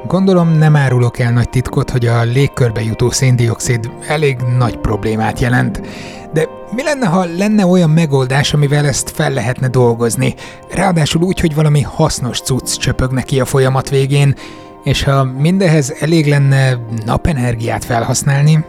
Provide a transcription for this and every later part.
Gondolom nem árulok el nagy titkot, hogy a légkörbe jutó széndioxid elég nagy problémát jelent. De mi lenne, ha lenne olyan megoldás, amivel ezt fel lehetne dolgozni? Ráadásul úgy, hogy valami hasznos cucc csöpög neki a folyamat végén, és ha mindehez elég lenne napenergiát felhasználni?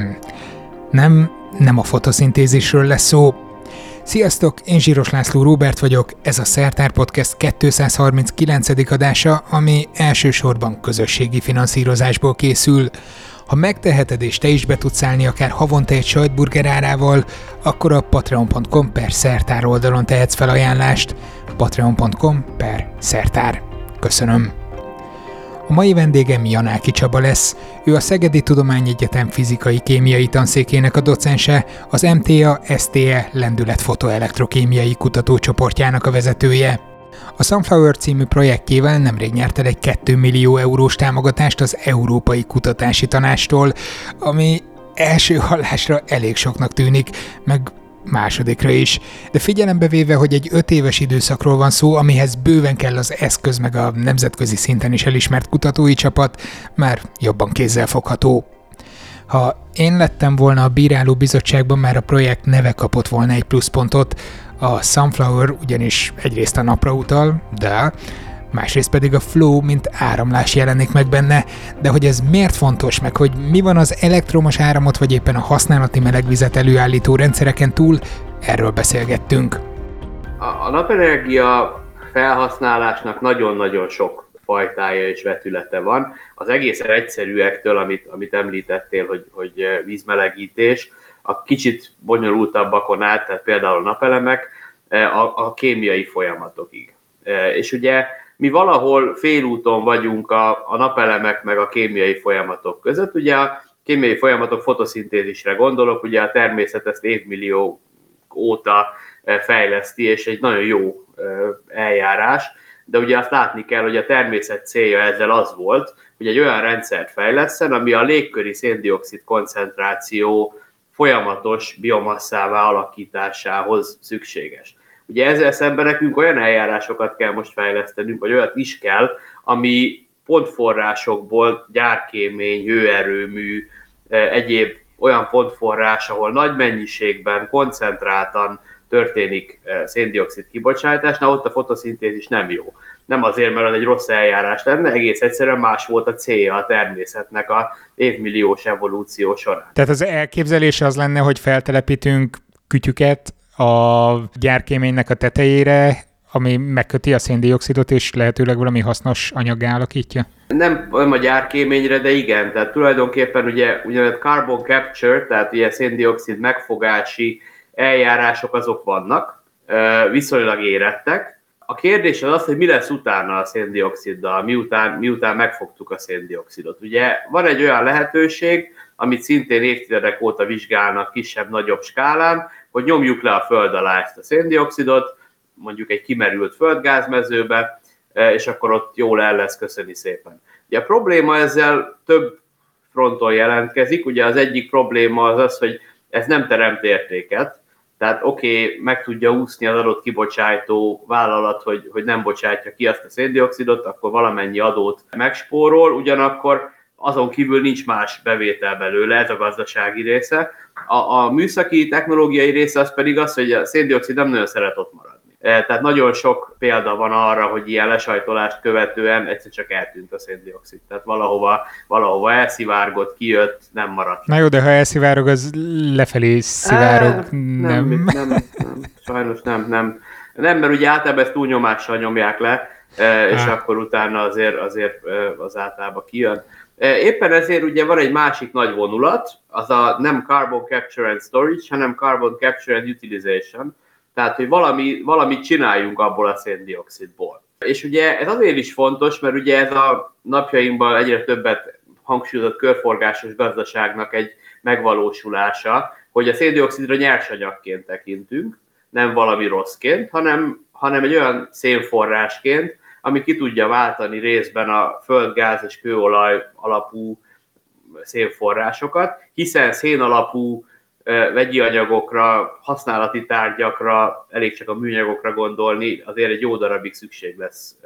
Nem a fotoszintézisről lesz szó. Sziasztok, én Zsíros László Róbert vagyok, ez a Szertár Podcast 239. adása, ami elsősorban közösségi finanszírozásból készül. Ha megteheted és te is be tudsz állni akár havonta egy sajtburger árával, akkor a patreon.com/szertár oldalon tehetsz fel ajánlást. patreon.com/szertár. Köszönöm. A mai vendégem Janáki Csaba lesz. Ő a Szegedi Tudományegyetem fizikai-kémiai tanszékének a docense, az MTA-STE lendület-fotoelektrokémiai kutatócsoportjának a vezetője. A Sunflower című projektjével nemrég nyert el egy 2 millió eurós támogatást az Európai Kutatási Tanácstól, ami első hallásra elég soknak tűnik, meg másodikra is. De figyelembe véve, hogy egy 5 éves időszakról van szó, amihez bőven kell az eszköz meg a nemzetközi szinten is elismert kutatói csapat, már jobban kézzelfogható. Ha én lettem volna a bíráló bizottságban, már a projekt neve kapott volna egy pluszpontot. A Sunflower ugyanis egyrészt a napra utal, de másrészt pedig a flow, mint áramlás jelenik meg benne, de hogy ez miért fontos, meg hogy mi van az elektromos áramot, vagy éppen a használati melegvizet előállító rendszereken túl, erről beszélgettünk. A napenergia felhasználásnak nagyon-nagyon sok fajtája és vetülete van. Az egészen egyszerűektől, amit említettél, hogy vízmelegítés, a kicsit bonyolultabbakon át, tehát például a napelemek, a kémiai folyamatokig. És ugye mi valahol félúton vagyunk a napelemek meg a kémiai folyamatok között. Ugye a kémiai folyamatok fotoszintézisre gondolok, ugye a természet ezt évmillió óta fejleszti, és egy nagyon jó eljárás, de ugye azt látni kell, hogy a természet célja ezzel az volt, hogy egy olyan rendszert fejlesszen, ami a légköri széndioxid koncentráció folyamatos biomasszává alakításához szükséges. Ugye ezzel szemben nekünk olyan eljárásokat kell most fejlesztenünk, vagy olyat is kell, ami pontforrásokból gyárkémény, hőerőmű, egyéb olyan pontforrás, ahol nagy mennyiségben, koncentráltan történik széndioxid kibocsátás, ott a fotoszintézis nem jó. Nem azért, mert az egy rossz eljárás lenne, egész egyszerűen más volt a célja a természetnek a évmilliós evolúció során. Tehát az elképzelése az lenne, hogy feltelepítünk kütyüket a gyárkéménynek a tetejére, ami megköti a széndioxidot, és lehetőleg valami hasznos anyaggá alakítja? Nem a gyárkéményre, de igen. Tehát tulajdonképpen ugye carbon capture, tehát ugye széndioxid megfogási eljárások azok vannak, viszonylag érettek. A kérdés az, hogy mi lesz utána a széndioxiddal, miután megfogtuk a széndioxidot. Ugye van egy olyan lehetőség, amit szintén évtizedek óta vizsgálnak kisebb-nagyobb skálán, hogy nyomjuk le a föld alá ezt a széndioxidot, mondjuk egy kimerült földgázmezőbe, és akkor ott jól el lesz, köszöni szépen. Ugye a probléma ezzel több fronton jelentkezik, ugye az egyik probléma az, hogy ez nem teremt értéket, tehát meg tudja úszni az adott kibocsátó vállalat, hogy nem bocsátja ki azt a széndioxidot, akkor valamennyi adót megspórol, ugyanakkor azon kívül nincs más bevétel belőle, ez a gazdasági része. A műszaki, technológiai része az pedig az, hogy a széndioxid nem nagyon szeret ott maradni. Tehát nagyon sok példa van arra, hogy ilyen lesajtolást követően egyszer csak eltűnt a széndioxid. Tehát valahova elszivárgott, kijött, nem maradt. Na jó, de ha elszivárog, az lefelé szivárog. Nem, sajnos nem. Nem, mert ugye általában ezt túlnyomással nyomják le, és akkor utána azért az általában kijön. Éppen ezért ugye van egy másik nagy vonulat, az a nem carbon capture and storage, hanem carbon capture and utilization, tehát hogy valamit csináljunk abból a széndioxidból. És ugye ez azért is fontos, mert ugye ez a napjainkban egyre többet hangsúlyozott körforgásos gazdaságnak egy megvalósulása, hogy a széndioxidra nyersanyagként tekintünk, nem valami rosszként, hanem egy olyan szénforrásként, ami ki tudja váltani részben a földgáz és kőolaj alapú szénforrásokat, hiszen szén alapú vegyi anyagokra, használati tárgyakra, elég csak a műanyagokra gondolni, azért egy jó darabig szükség lesz a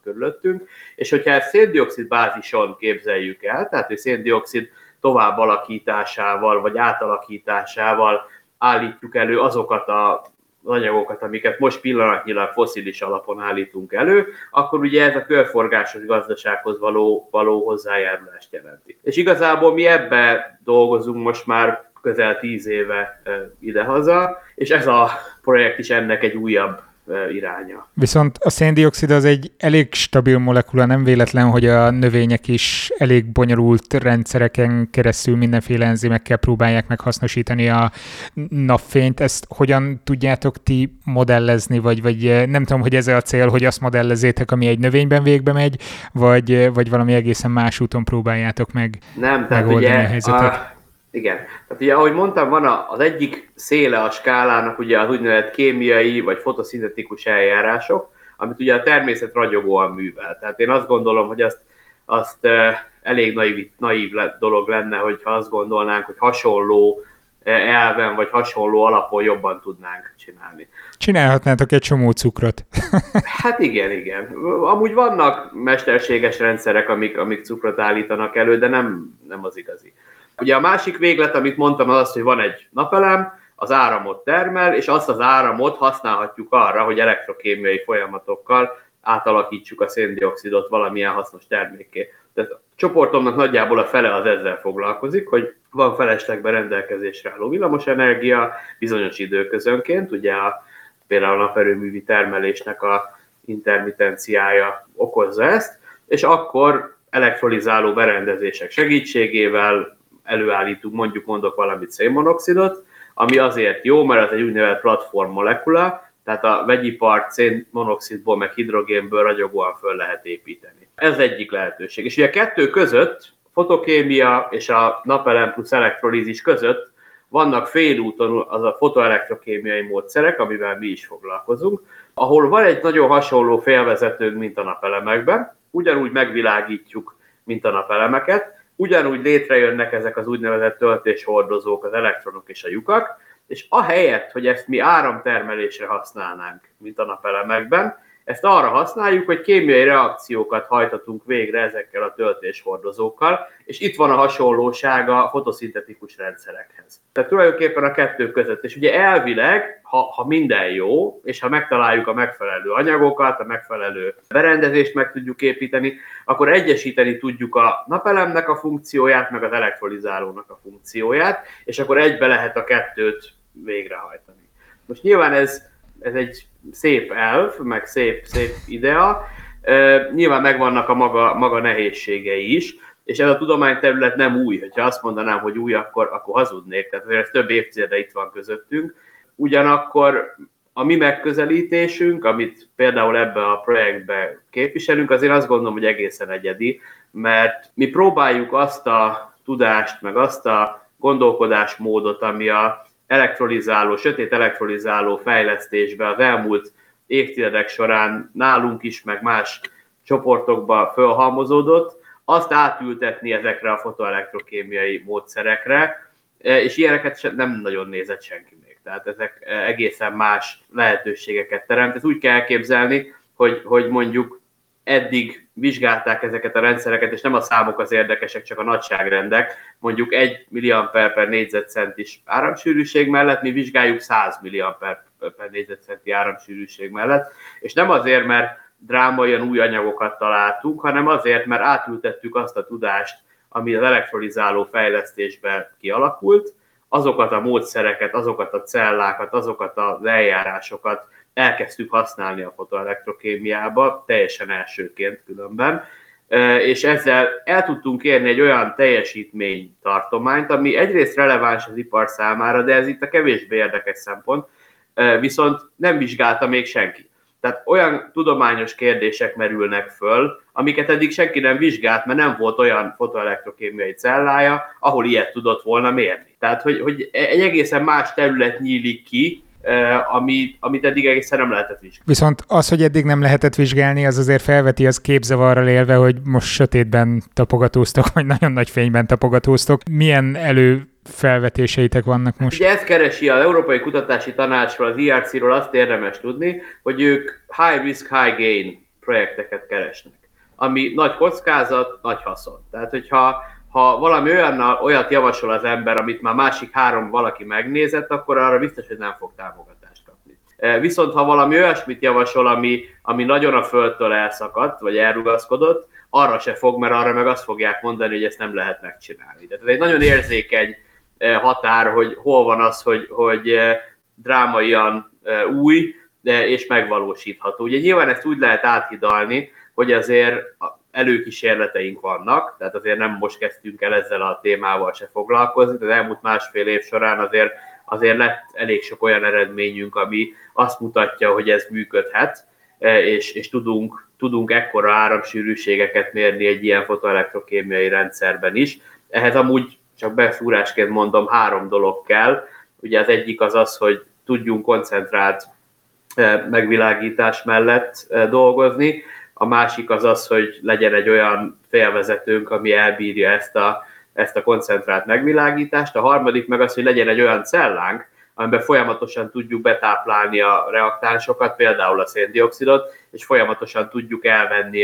körülöttünk, és hogyha ezt széndioxid bázison képzeljük el, tehát hogy széndioxid tovább alakításával, vagy átalakításával állítjuk elő azokat az anyagokat, amiket most pillanatnyilag fosszilis alapon állítunk elő, akkor ugye ez a körforgásos gazdasághoz való hozzájárulást jelenti. És igazából mi ebbe dolgozunk most már közel 10 éve idehaza, és ez a projekt is ennek egy újabb iránya. Viszont a széndioxid az egy elég stabil molekula, nem véletlen, hogy a növények is elég bonyolult rendszereken keresztül mindenféle enzimekkel próbálják meghasznosítani a napfényt. Ezt hogyan tudjátok ti modellezni, vagy nem tudom, hogy ez a cél, hogy azt modellezzétek, ami egy növényben végbe megy, vagy valami egészen más úton próbáljátok meg megoldani a helyzetet? Igen. Tehát ugye, ahogy mondtam, van az egyik széle a skálának ugye az úgynevezett kémiai vagy fotoszintetikus eljárások, amit ugye a természet ragyogóan művel. Tehát én azt gondolom, hogy azt elég naív dolog lenne, hogyha azt gondolnánk, hogy hasonló elven vagy hasonló alapon jobban tudnánk csinálni. Csinálhatnátok egy csomó cukrot. Hát igen. Amúgy vannak mesterséges rendszerek, amik cukrot állítanak elő, de nem az igazi. Ugye a másik véglet, amit mondtam, az, hogy van egy napelem, az áramot termel, és azt az áramot használhatjuk arra, hogy elektrokémiai folyamatokkal átalakítsuk a széndioxidot valamilyen hasznos termékké. Tehát a csoportomnak nagyjából a fele az ezzel foglalkozik, hogy van feleslegben rendelkezésre álló villamosenergia bizonyos időközönként, ugye például a naperőművi termelésnek a intermitenciája okozza ezt, és akkor elektrolizáló berendezések segítségével előállítunk, mondok valamit szénmonoxidot, ami azért jó, mert az egy úgynevezett platform molekula, tehát a vegyipart szénmonoxidból meg hidrogénből ragyogóan föl lehet építeni. Ez egyik lehetőség. És ugye a kettő között, fotokémia és a napelem plusz elektrolízis között vannak félúton az a fotoelektrokémiai módszerek, amivel mi is foglalkozunk, ahol van egy nagyon hasonló félvezetőnk, mint a napelemekben, ugyanúgy megvilágítjuk, mint a napelemeket, ugyanúgy létrejönnek ezek az úgynevezett töltéshordozók, az elektronok és a lyukak, és ahelyett, hogy ezt mi áramtermelésre használnánk, mint a napelemekben, ezt arra használjuk, hogy kémiai reakciókat hajtatunk végre ezekkel a töltéshordozókkal, és itt van a hasonlóság a fotoszintetikus rendszerekhez. Tehát tulajdonképpen a kettő között. És ugye elvileg, ha minden jó, és ha megtaláljuk a megfelelő anyagokat, a megfelelő berendezést meg tudjuk építeni, akkor egyesíteni tudjuk a napelemnek a funkcióját, meg az elektrolizálónak a funkcióját, és akkor egybe lehet a kettőt végrehajtani. Most nyilván ez egy szép elv, meg szép idea. Nyilván megvannak a maga nehézségei is, és ez a tudományterület nem új. Ha azt mondanám, hogy új, akkor hazudnék. Tehát ez több évtizede itt van közöttünk. Ugyanakkor a mi megközelítésünk, amit például ebbe a projektbe képviselünk, azért azt gondolom, hogy egészen egyedi, mert mi próbáljuk azt a tudást, meg azt a gondolkodásmódot, ami a sötét elektrolizáló fejlesztésbe az elmúlt évtizedek során nálunk is, meg más csoportokba fölhalmozódott, azt átültetni ezekre a fotoelektrokémiai módszerekre, és ilyeneket nem nagyon nézett senki még. Tehát ezek egészen más lehetőségeket teremt. Ez úgy kell elképzelni, hogy mondjuk eddig vizsgálták ezeket a rendszereket, és nem a számok az érdekesek, csak a nagyságrendek. Mondjuk 1 mA/per négyzetcentis áramsűrűség mellett mi vizsgáljuk 100 mA/per négyzetcenti áramsűrűség mellett, és nem azért, mert drámaian új anyagokat találtunk, hanem azért, mert átültettük azt a tudást, ami az elektrolizáló fejlesztésben kialakult, azokat a módszereket, azokat a cellákat, azokat az eljárásokat elkezdtük használni a fotoelektrokémiába, teljesen elsőként különben, és ezzel el tudtunk érni egy olyan teljesítménytartományt, ami egyrészt releváns az ipar számára, de ez itt a kevésbé érdekes szempont, viszont nem vizsgálta még senki. Tehát olyan tudományos kérdések merülnek föl, amiket eddig senki nem vizsgált, mert nem volt olyan fotoelektrokémiai cellája, ahol ilyet tudott volna mérni. Tehát, hogy egy egészen más terület nyílik ki, amit eddig egészen nem lehetett vizsgálni. Viszont az, hogy eddig nem lehetett vizsgálni, az azért felveti az képzavarral élve, hogy most sötétben tapogatóztok, vagy nagyon nagy fényben tapogatóztok. Milyen előfelvetéseitek vannak most? Ugye ezt keresi az Európai Kutatási Tanácsról, az IRC-ról azt érdemes tudni, hogy ők high risk, high gain projekteket keresnek, ami nagy kockázat, nagy haszon. Tehát, hogyha valami olyat javasol az ember, amit már másik 3 valaki megnézett, akkor arra biztos, hogy nem fog támogatást kapni. Viszont ha valami olyasmit javasol, ami nagyon a földtől elszakadt, vagy elrugaszkodott, arra se fog, mert arra meg azt fogják mondani, hogy ezt nem lehet megcsinálni. Tehát ez egy nagyon érzékeny határ, hogy hol van az, hogy drámaian új, és megvalósítható. Ugye nyilván ezt úgy lehet áthidalni, hogy azért előkísérleteink vannak, tehát azért nem most kezdtünk el ezzel a témával se foglalkozni, de az elmúlt másfél év során azért lett elég sok olyan eredményünk, ami azt mutatja, hogy ez működhet, és tudunk ekkora áramsűrűségeket mérni egy ilyen fotoelektrokémiai rendszerben is. Ehhez amúgy csak beszúrásként mondom, 3 dolog kell. Ugye az egyik az, hogy tudjunk koncentrált megvilágítás mellett dolgozni, a másik az, hogy legyen egy olyan félvezetőnk, ami elbírja ezt a koncentrált megvilágítást, a harmadik meg az, hogy legyen egy olyan cellánk, amiben folyamatosan tudjuk betáplálni a reaktánsokat, például a széndioxidot, és folyamatosan tudjuk elvenni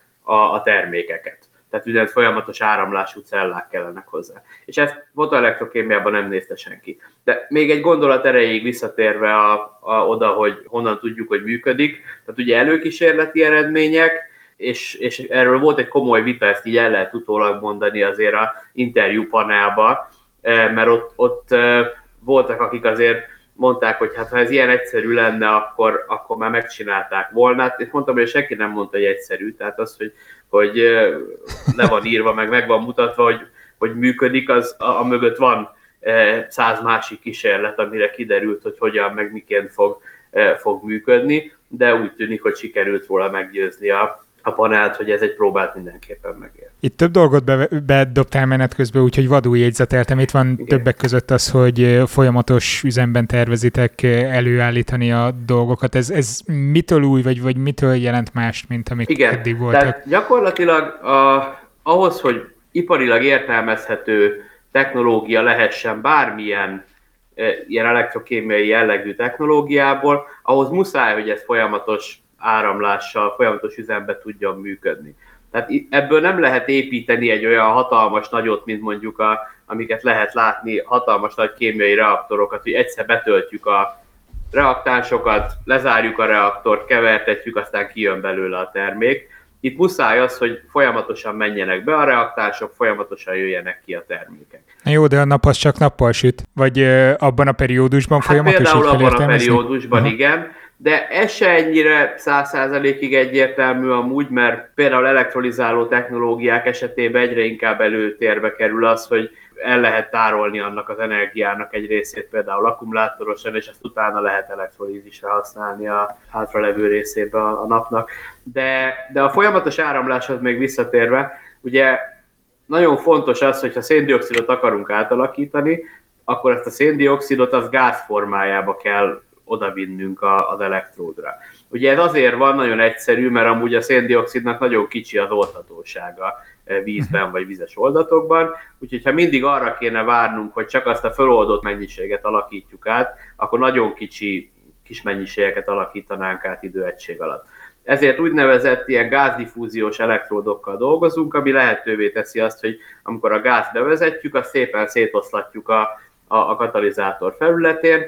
a termékeket. Tehát ugye folyamatos áramlású cellák kellenek hozzá. És ezt fotoelektrokémiában nem nézte senki. De még egy gondolat erejéig visszatérve oda, hogy honnan tudjuk, hogy működik. Tehát ugye előkísérleti eredmények, és erről volt egy komoly vita, ezt így el lehet utólag mondani azért a interjú panelban, mert ott voltak, akik azért mondták, hogy hát ha ez ilyen egyszerű lenne, akkor már megcsinálták volna. És mondtam, hogy senki nem mondta, hogy egyszerű. Tehát az, hogy le van írva, meg van mutatva, hogy működik, az a mögött van 100 másik kísérlet, amire kiderült, hogy hogyan, meg miként fog működni, de úgy tűnik, hogy sikerült róla meggyőzni a panelt, hogy ez egy próbát mindenképpen megér. Itt több dolgot bedobtál menet közben, úgyhogy vadul jegyzeteltem. Itt van igen. Többek között az, hogy folyamatos üzemben tervezitek előállítani a dolgokat. Ez mitől új, vagy mitől jelent mást, mint amik igen. Eddig voltak? Tehát gyakorlatilag ahhoz, hogy iparilag értelmezhető technológia lehessen bármilyen ilyen elektrokémiai jellegű technológiából, ahhoz muszáj, hogy ez folyamatos áramlással, folyamatos üzembe tudjon működni. Tehát ebből nem lehet építeni egy olyan hatalmas nagyot, mint mondjuk amiket lehet látni, hatalmas nagy kémiai reaktorokat, hogy egyszer betöltjük a reaktánsokat, lezárjuk a reaktort, kevertetjük, aztán kijön belőle a termék. Itt muszáj az, hogy folyamatosan menjenek be a reaktánsok, folyamatosan jöjjenek ki a termékek. Jó, de a nap az csak nappal süt? Vagy abban a periódusban folyamatosan például abban a periódusban, igen. De ez se ennyire 100%-ig egyértelmű amúgy, mert például elektrolizáló technológiák esetében egyre inkább előtérbe kerül az, hogy el lehet tárolni annak az energiának egy részét például akkumulátorosan, és azt utána lehet elektrolízisre használni a hátralevő részébe a napnak. De a folyamatos áramláshoz még visszatérve, ugye nagyon fontos az, hogyha széndioxidot akarunk átalakítani, akkor ezt a széndioxidot az gáz formájába kell odavinnünk az elektródra. Ugye ez azért van nagyon egyszerű, mert amúgy a széndioxidnak nagyon kicsi az oldhatósága vízben vagy vizes oldatokban, úgyhogy ha mindig arra kéne várnunk, hogy csak azt a feloldott mennyiséget alakítjuk át, akkor nagyon kis mennyiségeket alakítanánk át időegység alatt. Ezért úgynevezett ilyen gázdiffúziós elektródokkal dolgozunk, ami lehetővé teszi azt, hogy amikor a gázt bevezetjük, azt szépen szétoszlatjuk a katalizátor felületén,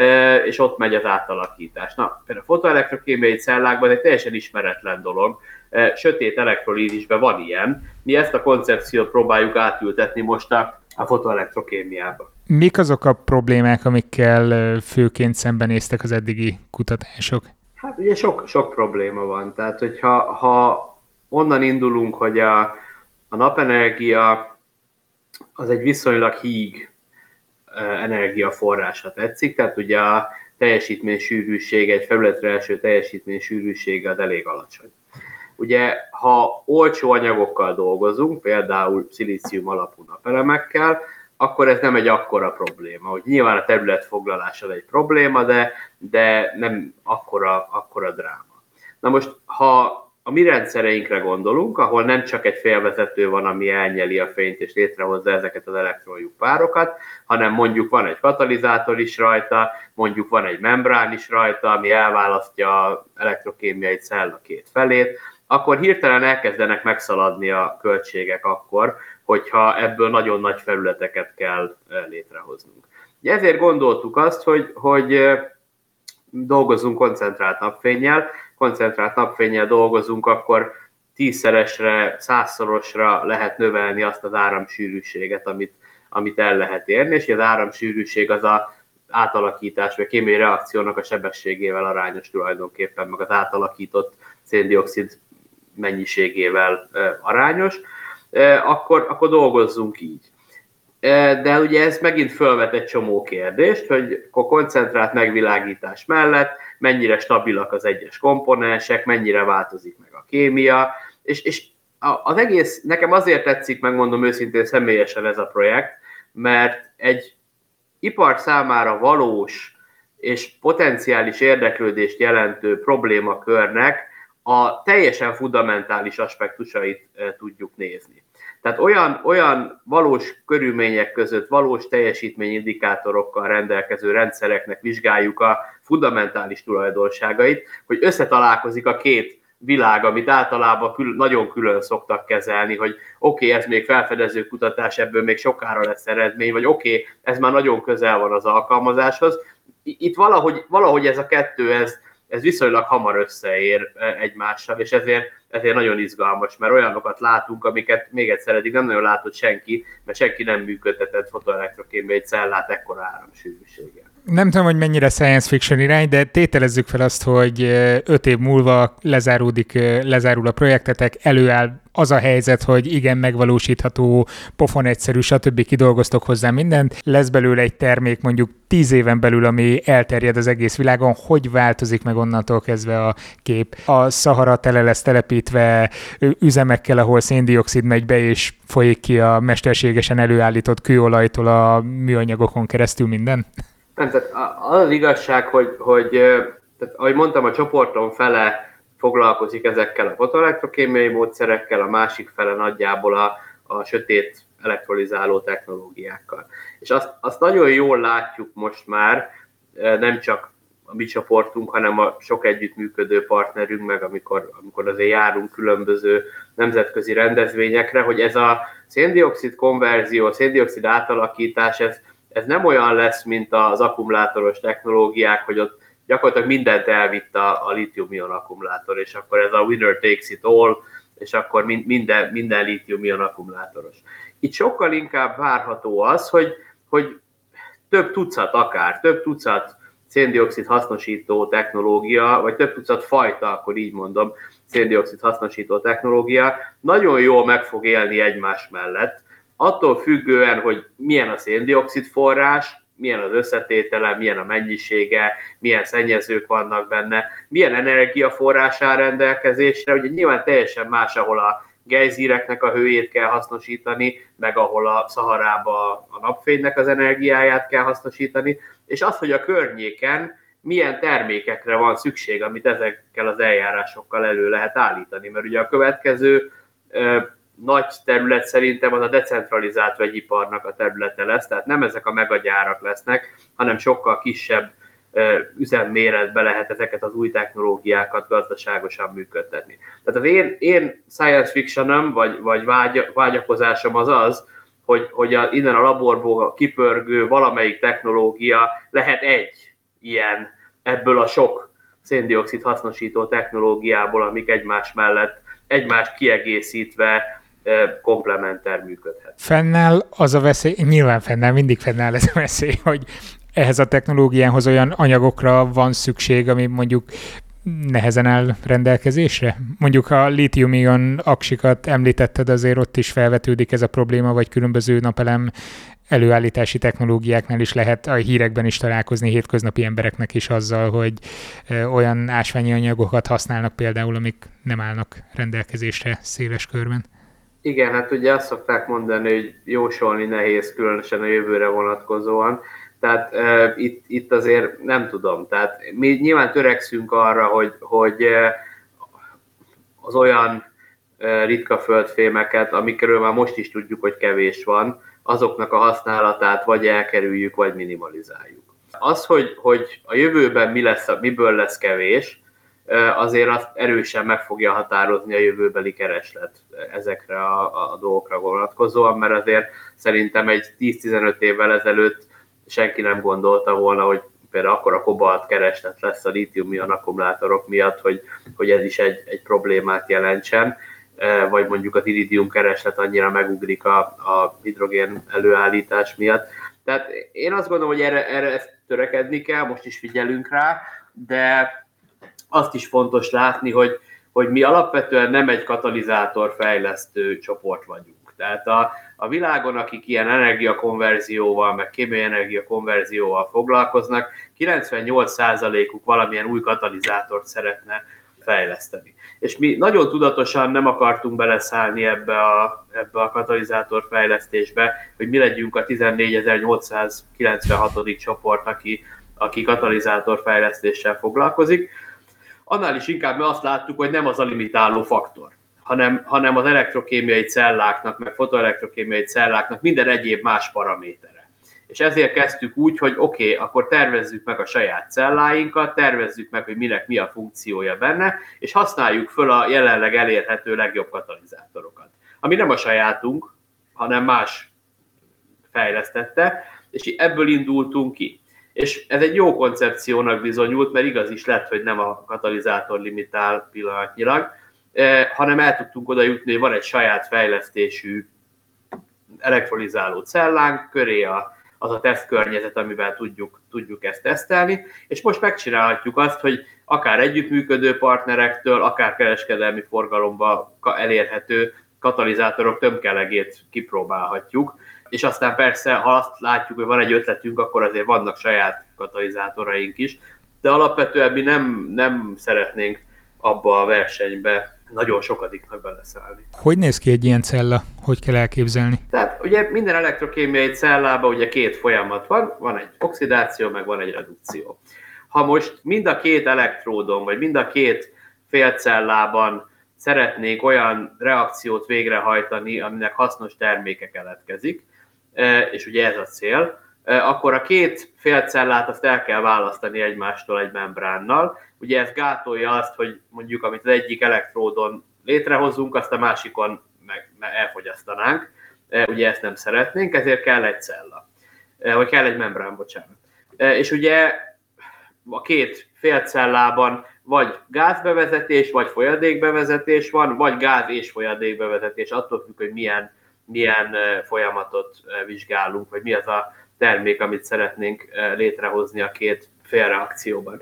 és ott megy az átalakítás. Na, például a fotoelektrokémiai cellákban egy teljesen ismeretlen dolog, sötét elektrolízisben van ilyen, mi ezt a koncepciót próbáljuk átültetni most a fotoelektrokémiába. Mik azok a problémák, amikkel főként szembenéztek az eddigi kutatások? Hát ugye sok probléma van, tehát hogyha onnan indulunk, hogy a napenergia az egy viszonylag híg energiaforrásra tetszik, tehát ugye a teljesítménysűrűség, egy felületre eső teljesítménysűrűsége az elég alacsony. Ugye, ha olcsó anyagokkal dolgozunk, például szilícium alapú napelemekkel, akkor ez nem egy akkora probléma. Hogy nyilván a területfoglalása egy probléma, de nem akkora dráma. Na most, ha a mi rendszereinkre gondolunk, ahol nem csak egy félvezető van, ami elnyeli a fényt és létrehozza ezeket az elektronlyuk párokat, hanem mondjuk van egy katalizátor is rajta, mondjuk van egy membrán is rajta, ami elválasztja az elektrokémiai cella két felét, akkor hirtelen elkezdenek megszaladni a költségek akkor, hogyha ebből nagyon nagy felületeket kell létrehoznunk. Ezért gondoltuk azt, hogy dolgozunk koncentrált napfénnyel dolgozunk, akkor 10-szeresre, 100-szorosra lehet növelni azt az áramsűrűséget, amit el lehet érni, és az áramsűrűség az az átalakítás, vagy kémiai reakciónak a sebességével arányos tulajdonképpen, meg az átalakított szén-dioxid mennyiségével arányos, akkor dolgozzunk így. De ugye ez megint fölvet egy csomó kérdést, hogy a koncentrált megvilágítás mellett mennyire stabilak az egyes komponensek, mennyire változik meg a kémia, és az egész, nekem azért tetszik, megmondom őszintén személyesen ez a projekt, mert egy ipar számára valós és potenciális érdeklődést jelentő problémakörnek a teljesen fundamentális aspektusait tudjuk nézni. Tehát olyan valós körülmények között, valós teljesítményindikátorokkal rendelkező rendszereknek vizsgáljuk a fundamentális tulajdonságait, hogy összetalálkozik a két világ, amit általában nagyon külön szoktak kezelni, hogy oké, ez még felfedező kutatás, ebből még sokára lesz eredmény, vagy oké, ez már nagyon közel van az alkalmazáshoz. Itt valahogy ez a kettő, ez viszonylag hamar összeér egymással, és ezért nagyon izgalmas, mert olyanokat látunk, amiket még egyszer eddig nem nagyon látott senki, mert senki nem működtetett fotoelektrokémiai cellát ekkora áramsűrűséggel. Nem tudom, hogy mennyire science fiction irány, de tételezzük fel azt, hogy 5 év múlva lezárul a projektetek, előáll az a helyzet, hogy igen, megvalósítható, pofon egyszerű, stb. Kidolgoztok hozzá mindent, lesz belőle egy termék mondjuk 10 éven belül, ami elterjed az egész világon, hogy változik meg onnantól kezdve a kép? A Szahara tele lesz telepítve üzemekkel, ahol széndioxid megy be, és folyik ki a mesterségesen előállított kőolajtól a műanyagokon keresztül minden? Nem, tehát az igazság, hogy tehát, ahogy mondtam, a csoporton fele foglalkozik ezekkel a fotoelektrokémiai módszerekkel, a másik fele nagyjából a sötét elektrolizáló technológiákkal. És azt nagyon jól látjuk most már, nem csak a mi csoportunk, hanem a sok együttműködő partnerünk, meg amikor azért járunk különböző nemzetközi rendezvényekre, hogy ez a széndioxid konverzió, a széndioxid átalakítás, ez nem olyan lesz, mint az akkumulátoros technológiák, hogy ott gyakorlatilag mindent elvitt a litium-ion akkumulátor, és akkor ez a winner takes it all, és akkor minden litium-ion akkumulátoros. Itt sokkal inkább várható az, hogy több tucat széndioxid hasznosító technológia, vagy több tucat fajta, akkor így mondom, széndioxid hasznosító technológia nagyon jól meg fog élni egymás mellett, attól függően, hogy milyen a széndioxid forrás, milyen az összetétele, milyen a mennyisége, milyen szennyezők vannak benne, milyen energiaforrás áll rendelkezésre. Ugye nyilván teljesen más, ahol a gejzíreknek a hőjét kell hasznosítani, meg ahol a Szaharába a napfénynek az energiáját kell hasznosítani, és az, hogy a környéken milyen termékekre van szükség, amit ezekkel az eljárásokkal elő lehet állítani. Mert ugye a következő nagy terület szerintem az a decentralizált vegyiparnak a területe lesz, tehát nem ezek a megagyárak lesznek, hanem sokkal kisebb üzemméretbe lehet ezeket az új technológiákat gazdaságosan működtetni. Tehát az én science fictionom, vagy vágyakozásom az, hogy innen a laborból kipörgő valamelyik technológia lehet egy ilyen ebből a sok széndioxid hasznosító technológiából, amik egymás mellett, egymást kiegészítve komplementer működhet. Fennáll az a veszély, nyilván mindig fennáll ez a veszély, hogy ehhez a technológiához olyan anyagokra van szükség, ami mondjuk nehezen áll rendelkezésre? Mondjuk a lítium-ion aksikat említetted, azért ott is felvetődik ez a probléma, vagy különböző napelem előállítási technológiáknál is lehet a hírekben is találkozni hétköznapi embereknek is azzal, hogy olyan ásványi anyagokat használnak például, amik nem állnak rendelkezésre széles körben. Igen, hát ugye azt szokták mondani, hogy jósolni nehéz, különösen a jövőre vonatkozóan. Tehát itt azért nem tudom. Tehát mi nyilván törekszünk arra, hogy az olyan ritka földfémeket, amikről már most is tudjuk, hogy kevés van, azoknak a használatát vagy elkerüljük, vagy minimalizáljuk. Az, hogy a jövőben miből lesz kevés, azért azt erősen meg fogja határozni a jövőbeli kereslet ezekre a dolgokra vonatkozóan, mert azért szerintem egy 10-15 évvel ezelőtt senki nem gondolta volna, hogy például akkora kobalt kereslet lesz a lítium-ion akkumulátorok miatt, hogy ez is egy problémát jelentsen, vagy mondjuk az iridium kereslet annyira megugrik a hidrogén előállítás miatt. Tehát én azt gondolom, hogy erre ezt törekedni kell, most is figyelünk rá, de azt is fontos látni, hogy mi alapvetően nem egy katalizátorfejlesztő csoport vagyunk. Tehát a világon, akik ilyen energiakonverzióval, meg kémiai energiakonverzióval foglalkoznak, 98%-uk valamilyen új katalizátort szeretne fejleszteni. És mi nagyon tudatosan nem akartunk beleszállni ebbe a katalizátorfejlesztésbe, hogy mi legyünk a 14.896. csoport, aki katalizátorfejlesztéssel foglalkozik. Annál is inkább mi azt láttuk, hogy nem az a limitáló faktor, hanem az elektrokémiai celláknak, meg fotoelektrokémiai celláknak minden egyéb más paramétere. És ezért kezdtük úgy, hogy oké, akkor tervezzük meg a saját celláinkat, tervezzük meg, hogy minek mi a funkciója benne, és használjuk föl a jelenleg elérhető legjobb katalizátorokat. Ami nem a sajátunk, hanem más fejlesztette, és ebből indultunk ki. És ez egy jó koncepciónak bizonyult, mert igaz is lett, hogy nem a katalizátor limitál pillanatnyilag, hanem el tudtunk oda jutni, hogy van egy saját fejlesztésű elektrolizáló cellánk, köré az a tesztkörnyezet, amivel tudjuk ezt tesztelni, és most megcsinálhatjuk azt, hogy akár együttműködő partnerektől, akár kereskedelmi forgalomba elérhető katalizátorok tömkelegét kipróbálhatjuk, és aztán persze, ha azt látjuk, hogy van egy ötletünk, akkor azért vannak saját katalizátoraink is, de alapvetően mi nem szeretnénk abba a versenybe nagyon sokadiknak beleszállni. Hogy néz ki egy ilyen cella? Hogy kell elképzelni? Tehát ugye minden elektrokémiai cellában ugye két folyamat van egy oxidáció, meg van egy redukció. Ha most mind a két elektródon, vagy mind a két félcellában szeretnék olyan reakciót végrehajtani, aminek hasznos terméke keletkezik, és ugye ez a cél, akkor a két félcellát azt el kell választani egymástól egy membránnal. Ugye ez gátolja azt, hogy mondjuk amit az egyik elektródon létrehozunk, azt a másikon meg elfogyasztanánk. Ugye ezt nem szeretnénk, ezért kell egy cella, vagy kell egy membrán, bocsánat. És ugye a két félcellában vagy gázbevezetés, vagy folyadékbevezetés van, vagy gáz és folyadékbevezetés, attól függ, hogy milyen folyamatot vizsgálunk, vagy mi az a termék, amit szeretnénk létrehozni a két félreakcióban.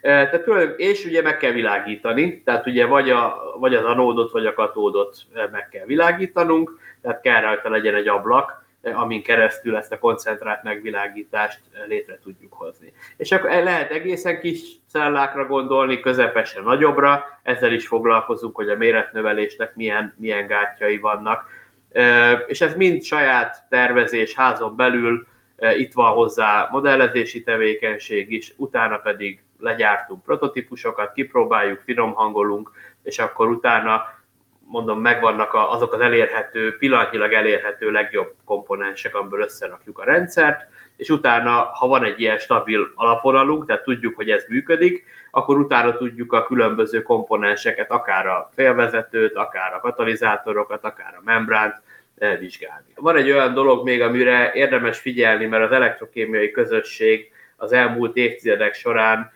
És ugye meg kell világítani, tehát ugye vagy az anódot, vagy a katódot meg kell világítanunk, tehát kell rajta legyen egy ablak, amin keresztül ezt a koncentrált megvilágítást létre tudjuk hozni. És akkor lehet egészen kis cellákra gondolni, közepesen nagyobbra, ezzel is foglalkozunk, hogy a méretnövelésnek milyen gátjai vannak. És ez mind saját tervezés házon belül, itt van hozzá modellezési tevékenység is, utána pedig legyártunk prototípusokat, kipróbáljuk, finomhangolunk, és akkor utána, mondom, megvannak azok az pillanatnyilag elérhető legjobb komponensek, amiből összerakjuk a rendszert, és utána, ha van egy ilyen stabil alapvonalunk, tehát tudjuk, hogy ez működik, akkor utána tudjuk a különböző komponenseket, akár a félvezetőt, akár a katalizátorokat, akár a membránt vizsgálni. Van egy olyan dolog még, amire érdemes figyelni, mert az elektrokémiai közösség az elmúlt évtizedek során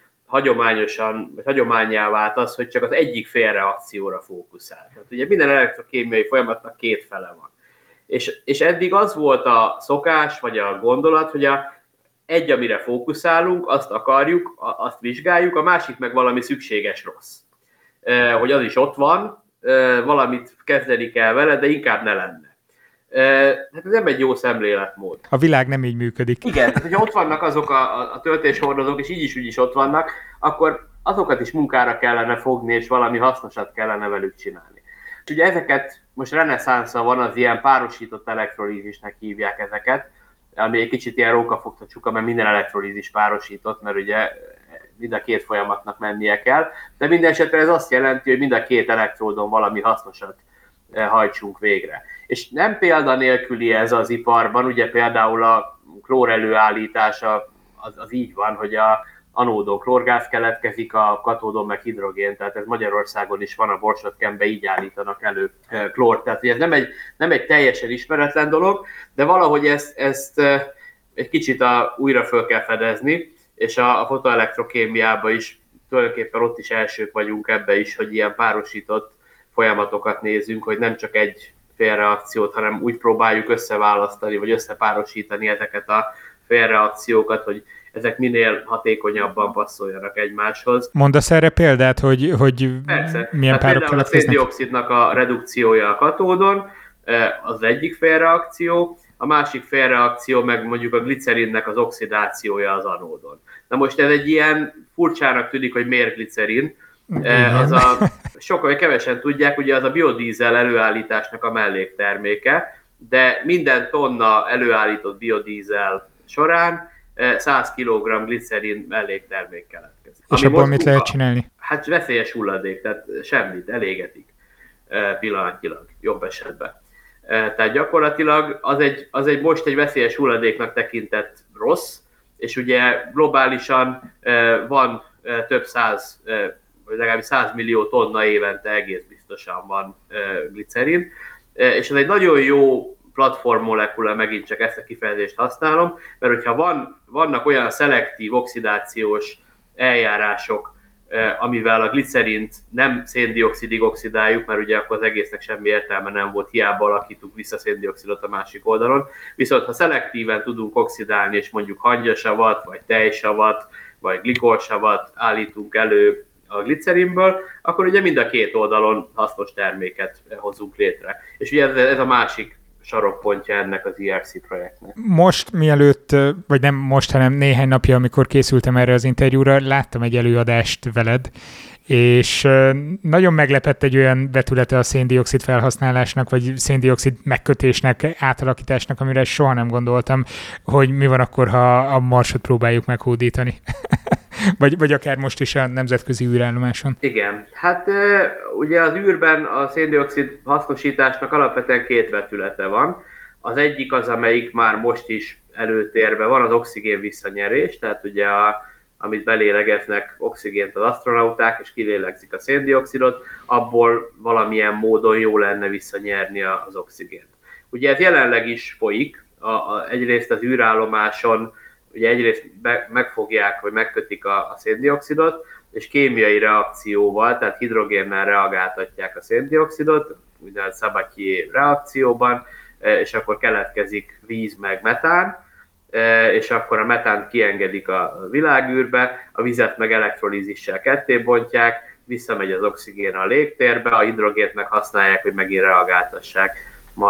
hagyománnyá vált az, hogy csak az egyik félreakcióra fókuszál. Tehát ugye minden elektrokémiai folyamatnak két fele van. És eddig az volt a szokás, vagy a gondolat, hogy amire fókuszálunk, azt akarjuk, azt vizsgáljuk, a másik meg valami szükséges rossz. Hogy az is ott van, valamit kezdeni kell vele, de inkább ne lenne. Hát ez nem egy jó szemléletmód. A világ nem így működik. Igen, tehát hogyha ott vannak azok a töltéshordozók, és így is ott vannak, akkor azokat is munkára kellene fogni, és valami hasznosat kellene velük csinálni. És ugye ezeket most reneszánsza van, az ilyen párosított elektrolízisnek hívják ezeket, ami egy kicsit ilyen rókafogta csuka, mert minden elektrolízis párosított, mert ugye mind a két folyamatnak mennie kell, de minden esetre ez azt jelenti, hogy mind a két elektródon valami hasznosat hajtsunk végre. És nem példa nélküli ez az iparban, ugye például a klór előállítása az így van, hogy a anódon klórgáz keletkezik, a katódon meg hidrogén, tehát ez Magyarországon is van, a Borsodkenben így állítanak elő klórt, tehát ez nem egy teljesen ismeretlen dolog, de valahogy ezt egy kicsit újra föl kell fedezni, és a fotoelektrokémiában is tulajdonképpen ott is elsők vagyunk ebbe is, hogy ilyen párosított folyamatokat nézünk, hogy nem csak egy félreakciót, hanem úgy próbáljuk összeválasztani, vagy összepárosítani ezeket a félreakciókat, hogy ezek minél hatékonyabban passzoljanak egymáshoz. Mondasz erre példát, hogy Persze. milyen párok például a széndioxidnak a redukciója a katódon, az egyik félreakció, a másik félreakció meg mondjuk a glicerinnek az oxidációja az anódon. Na most ez egy ilyen furcsának tűnik, hogy miért glicerin, sokkal kevesen tudják, ugye az a biodízel előállításnak a mellékterméke, de minden tonna előállított biodízel során 100 kg glicerin melléktermék keletkezik. És abból mit lehet csinálni? Hát veszélyes hulladék, tehát semmit, elégetik pillanatnyilag, jobb esetben. Tehát gyakorlatilag az egy most egy veszélyes hulladéknak tekintett rossz, és ugye globálisan van több száz, vagy legalábbis 100 millió tonna évente egész biztosan van glicerin, és ez egy nagyon jó platformmolekula, megint csak ezt a kifejezést használom, mert hogyha vannak olyan szelektív oxidációs eljárások, amivel a glicerint nem széndioxidig oxidáljuk, mert ugye akkor az egésznek semmi értelme nem volt, hiába alakítunk vissza széndioxidot a másik oldalon. Viszont ha szelektíven tudunk oxidálni, és mondjuk hangyasavat, vagy tejsavat, vagy glikolsavat állítunk elő a glicerinből, akkor ugye mind a két oldalon hasznos terméket hozunk létre. És ugye ez a másik sarokpontja ennek az ERC projektnek. Most mielőtt, vagy nem most, hanem néhány napja, amikor készültem erre az interjúra, láttam egy előadást veled, és nagyon meglepett egy olyan vetülete a széndioxid felhasználásnak, vagy széndioxid megkötésnek, átalakításnak, amire soha nem gondoltam, hogy mi van akkor, ha a Marsot próbáljuk meghódítani. Vagy akár most is a nemzetközi űrállomáson. Igen, hát ugye az űrben a széndioxid hasznosításnak alapvetően két vetülete van. Az egyik az, amelyik már most is előtérben van, az oxigén visszanyerés, tehát ugye amit belélegeznek oxigént az asztronauták, és kilélegzik a széndioxidot, abból valamilyen módon jó lenne visszanyerni az oxigént. Ugye ez jelenleg is folyik, egyrészt az űrállomáson, ugye egyrészt megfogják, vagy megkötik a széndioxidot, és kémiai reakcióval, tehát hidrogénnel reagáltatják a széndioxidot, úgynevezett Sabatier reakcióban, és akkor keletkezik víz meg metán, és akkor a metánt kiengedik a világűrbe, a vizet meg elektrolízissel ketté bontják, visszamegy az oxigén a légtérbe, a hidrogént meg használják, hogy megint reagáltassák,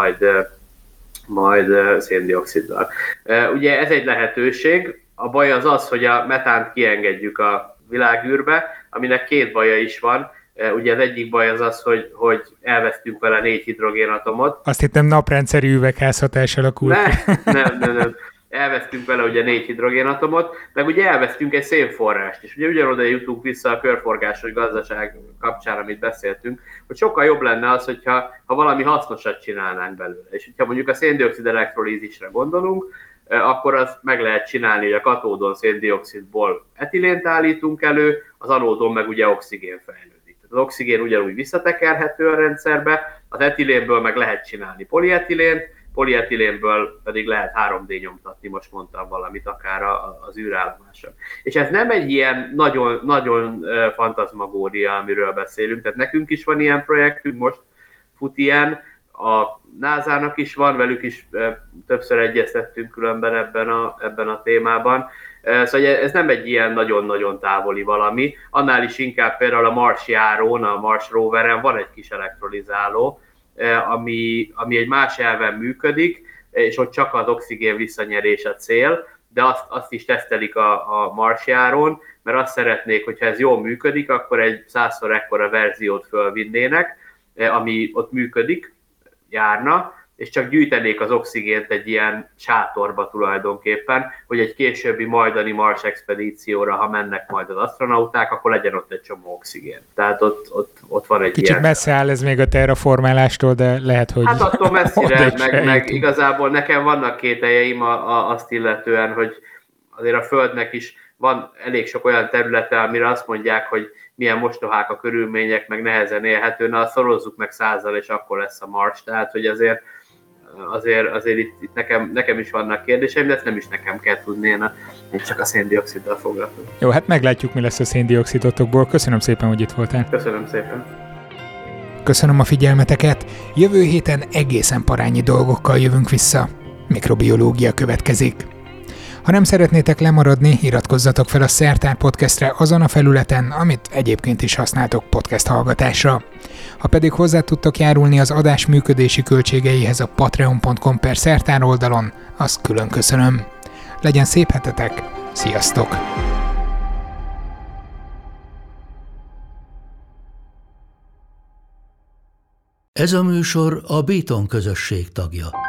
majd széndioxiddal. Ugye ez egy lehetőség, a baj az, hogy a metánt kiengedjük a világűrbe, aminek két baja is van. Ugye az egyik baj az, hogy elvesztünk vele 4 hidrogénatomot. Azt hittem naprendszeri üvegházhatás alakult. Nem. Elvesztünk vele ugye 4 hidrogénatomot, meg ugye elvesztünk egy szénforrást is. Ugye ugyanoda jutunk vissza a körforgásos gazdaság kapcsán, amit beszéltünk, hogy sokkal jobb lenne az, hogyha valami hasznosat csinálnánk belőle. És hogyha mondjuk a széndioxid elektrolízisre gondolunk, akkor azt meg lehet csinálni, hogy a katódon széndioxidból etilént állítunk elő, az anódon meg ugye oxigén fejlődik. Az oxigén ugyanúgy visszatekerhető a rendszerbe, az etilénből meg lehet csinálni polietilént, polietilénből pedig lehet 3D nyomtatni, most mondtam valamit akár az űrállomáson. És ez nem egy ilyen nagyon, nagyon fantazmagória, amiről beszélünk, tehát nekünk is van ilyen projektünk, most fut ilyen, a NASA-nak is van, velük is többször egyeztettünk különben ebben a témában. Szóval ez nem egy ilyen nagyon-nagyon távoli valami, annál is inkább például a Mars járón, a Mars roveren van egy kis elektrolizáló, ami egy más elven működik, és ott csak az oxigén visszanyerés a cél, de azt is tesztelik a Mars járón, mert azt szeretnék, hogyha ez jól működik, akkor egy 100-szor ekkora verziót fölvinnének, ami ott működik, járna, és csak gyűjtenék az oxigént egy ilyen sátorba tulajdonképpen, hogy egy későbbi majdani Mars expedícióra, ha mennek majd az asztronauták, akkor legyen ott egy csomó oxigén. Tehát ott van egy kicsit ilyen... messze áll ez még a terraformálástól, de lehet, hogy... Hát attól messzire, meg igazából nekem vannak kételjeim azt illetően, hogy azért a Földnek is van elég sok olyan területe, amire azt mondják, hogy milyen mostohák a körülmények, meg nehezen élhető, na szorozzuk meg 100-al, és akkor lesz a Mars. Tehát, hogy azért itt nekem is vannak kérdéseim, de ezt nem is nekem kell tudni, én csak a széndioxiddal foglalkozom. Jó, hát meglátjuk, mi lesz a széndioxidotokból. Köszönöm szépen, hogy itt voltál. Köszönöm szépen. Köszönöm a figyelmeteket. Jövő héten egészen parányi dolgokkal jövünk vissza. Mikrobiológia következik. Ha nem szeretnétek lemaradni, iratkozzatok fel a Szertár Podcastre azon a felületen, amit egyébként is használtok podcast hallgatásra. Ha pedig hozzá tudtok járulni az adás működési költségeihez a patreon.com/szertár oldalon, azt külön köszönöm. Legyen szép hetetek, sziasztok! Ez a műsor a Béton közösség tagja.